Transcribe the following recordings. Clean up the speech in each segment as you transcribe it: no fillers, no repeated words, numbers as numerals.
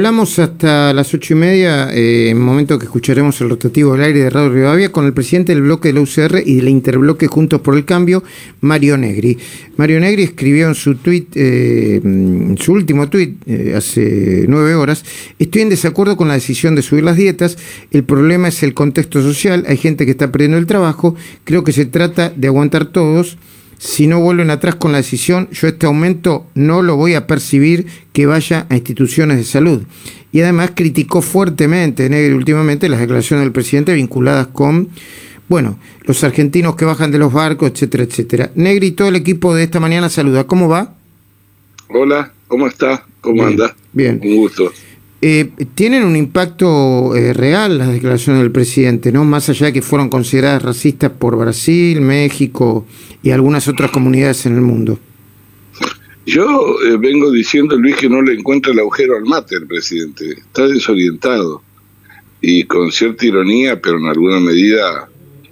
Hablamos hasta las 8:30, en momento que escucharemos el rotativo del aire de Radio Rivadavia, con el presidente del bloque de la UCR y del interbloque Juntos por el Cambio, Mario Negri. Mario Negri escribió en su su último tuit, hace 9 horas: estoy en desacuerdo con la decisión de subir las dietas, el problema es el contexto social, hay gente que está perdiendo el trabajo, creo que se trata de aguantar todos. Si no vuelven atrás con la decisión, yo este aumento no lo voy a percibir que vaya a instituciones de salud. Y además criticó fuertemente, Negri, últimamente las declaraciones del presidente vinculadas con, los argentinos que bajan de los barcos, etcétera, etcétera. Negri, todo el equipo de esta mañana saluda. ¿Cómo va? Hola, ¿cómo está? ¿Cómo anda? Bien. Un gusto. Tienen un impacto real las declaraciones del presidente, ¿no? Más allá de que fueron consideradas racistas por Brasil, México y algunas otras comunidades en el mundo. Yo vengo diciendo, Luis, que no le encuentra el agujero al mate al presidente. Está desorientado. Y con cierta ironía, pero en alguna medida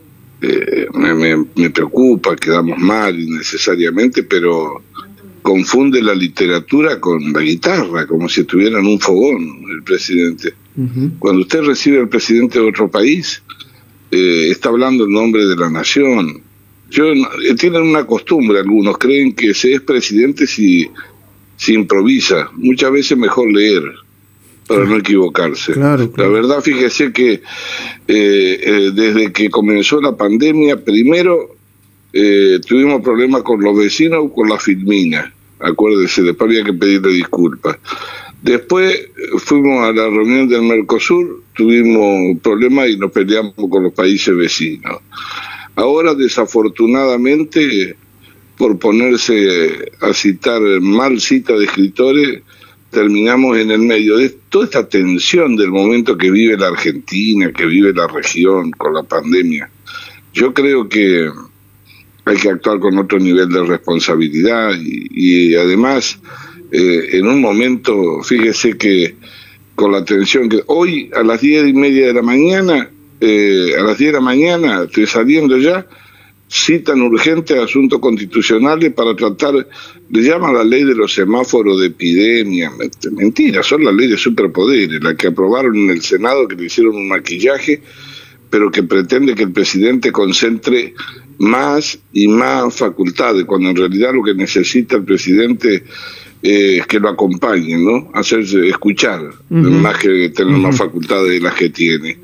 me preocupa, quedamos mal innecesariamente, pero confunde la literatura con la guitarra, como si estuviera en un fogón el presidente. Uh-huh. Cuando usted recibe al presidente de otro país, está hablando en nombre de la nación. Tienen una costumbre, algunos creen que se es presidente si improvisa. Muchas veces mejor leer para no equivocarse. Claro. La verdad, fíjese que desde que comenzó la pandemia, primero tuvimos problemas con los vecinos, con la Filmina, acuérdese, después había que pedirle disculpas. Después fuimos a la reunión del Mercosur, tuvimos problemas y nos peleamos con los países vecinos. Ahora, desafortunadamente, por ponerse a citar mal cita de escritores, terminamos en el medio de toda esta tensión del momento que vive la Argentina, que vive la región con la pandemia. Yo creo que hay que actuar con otro nivel de responsabilidad y además en un momento, fíjese que con la tensión que hoy a las 10:30 de la mañana, a las 10 de la mañana, estoy saliendo ya, citan urgentes asuntos constitucionales para tratar, le llaman la ley de los semáforos de epidemia, mentira, son las leyes de superpoderes, la que aprobaron en el Senado, que le hicieron un maquillaje, pero que pretende que el presidente concentre más y más facultades, cuando en realidad lo que necesita el presidente es que lo acompañen, ¿no? Hacerse escuchar, uh-huh, más que tener, uh-huh, más facultades de las que tiene.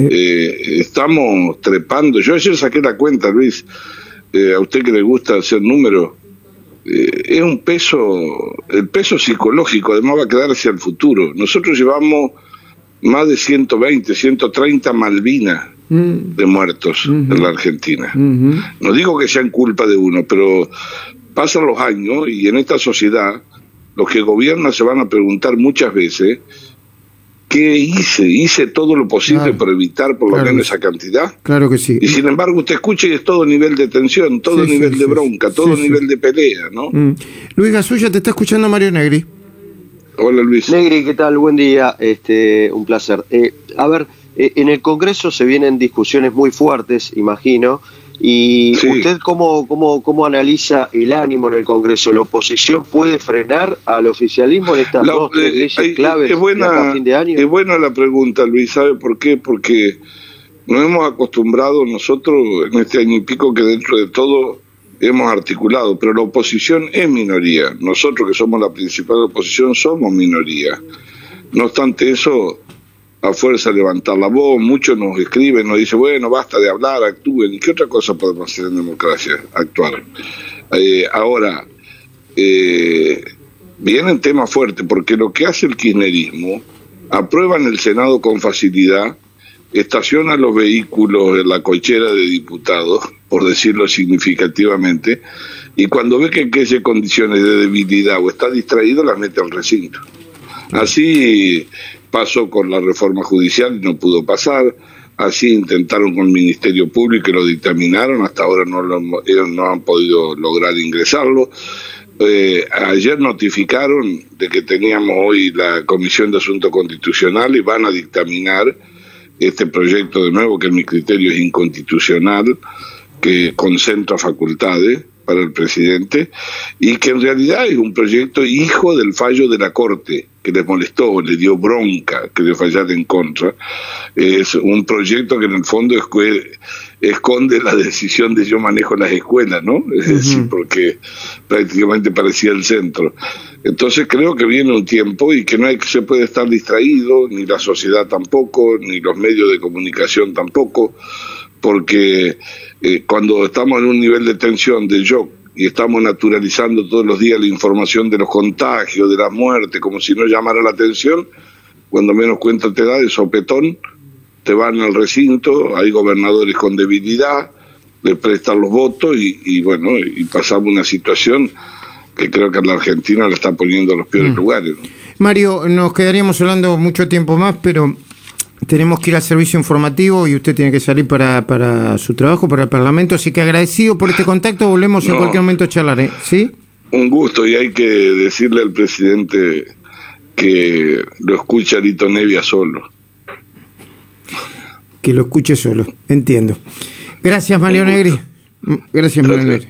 Estamos trepando. Yo ayer saqué la cuenta, Luis, a usted que le gusta hacer números, es un peso, el peso psicológico, además va a quedar hacia el futuro. Nosotros llevamos más de 120, 130 Malvinas de muertos, uh-huh, en la Argentina. Uh-huh. No digo que sean culpa de uno, pero pasan los años y en esta sociedad los que gobiernan se van a preguntar muchas veces: ¿qué hice? ¿Hice todo lo posible, claro, por evitar por lo menos esa cantidad? Claro que sí. Y sin embargo usted escucha y es todo nivel de tensión, todo nivel de bronca, todo nivel de pelea, ¿no? Luis Gasulla, te está escuchando Mario Negri. Hola, Luis. Negri, ¿qué tal? Buen día, un placer. En el Congreso se vienen discusiones muy fuertes, imagino, y ¿usted cómo analiza el ánimo en el Congreso? ¿La oposición puede frenar al oficialismo en estas dos leyes claves de fin de año? Es buena la pregunta, Luis. ¿Sabe por qué? Porque nos hemos acostumbrado nosotros en este año y pico que dentro de todo hemos articulado, pero la oposición es minoría. Nosotros que somos la principal oposición somos minoría. No obstante eso, a fuerza de levantar la voz, muchos nos escriben, nos dicen, bueno, basta de hablar, actúen. ¿Y qué otra cosa podemos hacer en democracia? Actuar. Ahora, vienen temas fuertes, porque lo que hace el kirchnerismo, aprueba en el Senado con facilidad, estaciona los vehículos en la cochera de diputados, por decirlo significativamente, y cuando ve que hay condiciones de debilidad o está distraído, las mete al recinto. Así pasó con la reforma judicial y no pudo pasar, así intentaron con el Ministerio Público y lo dictaminaron, hasta ahora ellos no han podido lograr ingresarlo. Ayer notificaron de que teníamos hoy la Comisión de Asuntos Constitucionales y van a dictaminar este proyecto de nuevo, que en mi criterio es inconstitucional, que concentra facultades para el presidente y que en realidad es un proyecto hijo del fallo de la Corte que les molestó, le dio bronca que le fallara en contra. Es un proyecto que en el fondo esconde la decisión de yo manejo las escuelas, ¿no? Es decir, porque prácticamente parecía el centro. Entonces creo que viene un tiempo y que no se puede estar distraído, ni la sociedad tampoco, ni los medios de comunicación tampoco, porque cuando estamos en un nivel de tensión, de shock, y estamos naturalizando todos los días la información de los contagios, de las muertes, como si no llamara la atención, cuando menos cuenta te da de sopetón, te van al recinto, hay gobernadores con debilidad, le prestan los votos y bueno, y pasamos una situación que creo que a la Argentina la está poniendo en los peores lugares, ¿no? Mario, nos quedaríamos hablando mucho tiempo más, pero tenemos que ir al servicio informativo y usted tiene que salir para su trabajo, para el Parlamento, así que agradecido por este contacto, volvemos en cualquier momento a charlar, ¿sí? Un gusto, y hay que decirle al presidente que lo escuche a Lito Nevia solo. Que lo escuche solo, entiendo. Gracias, Mario Negri. Gracias, Mario Negri.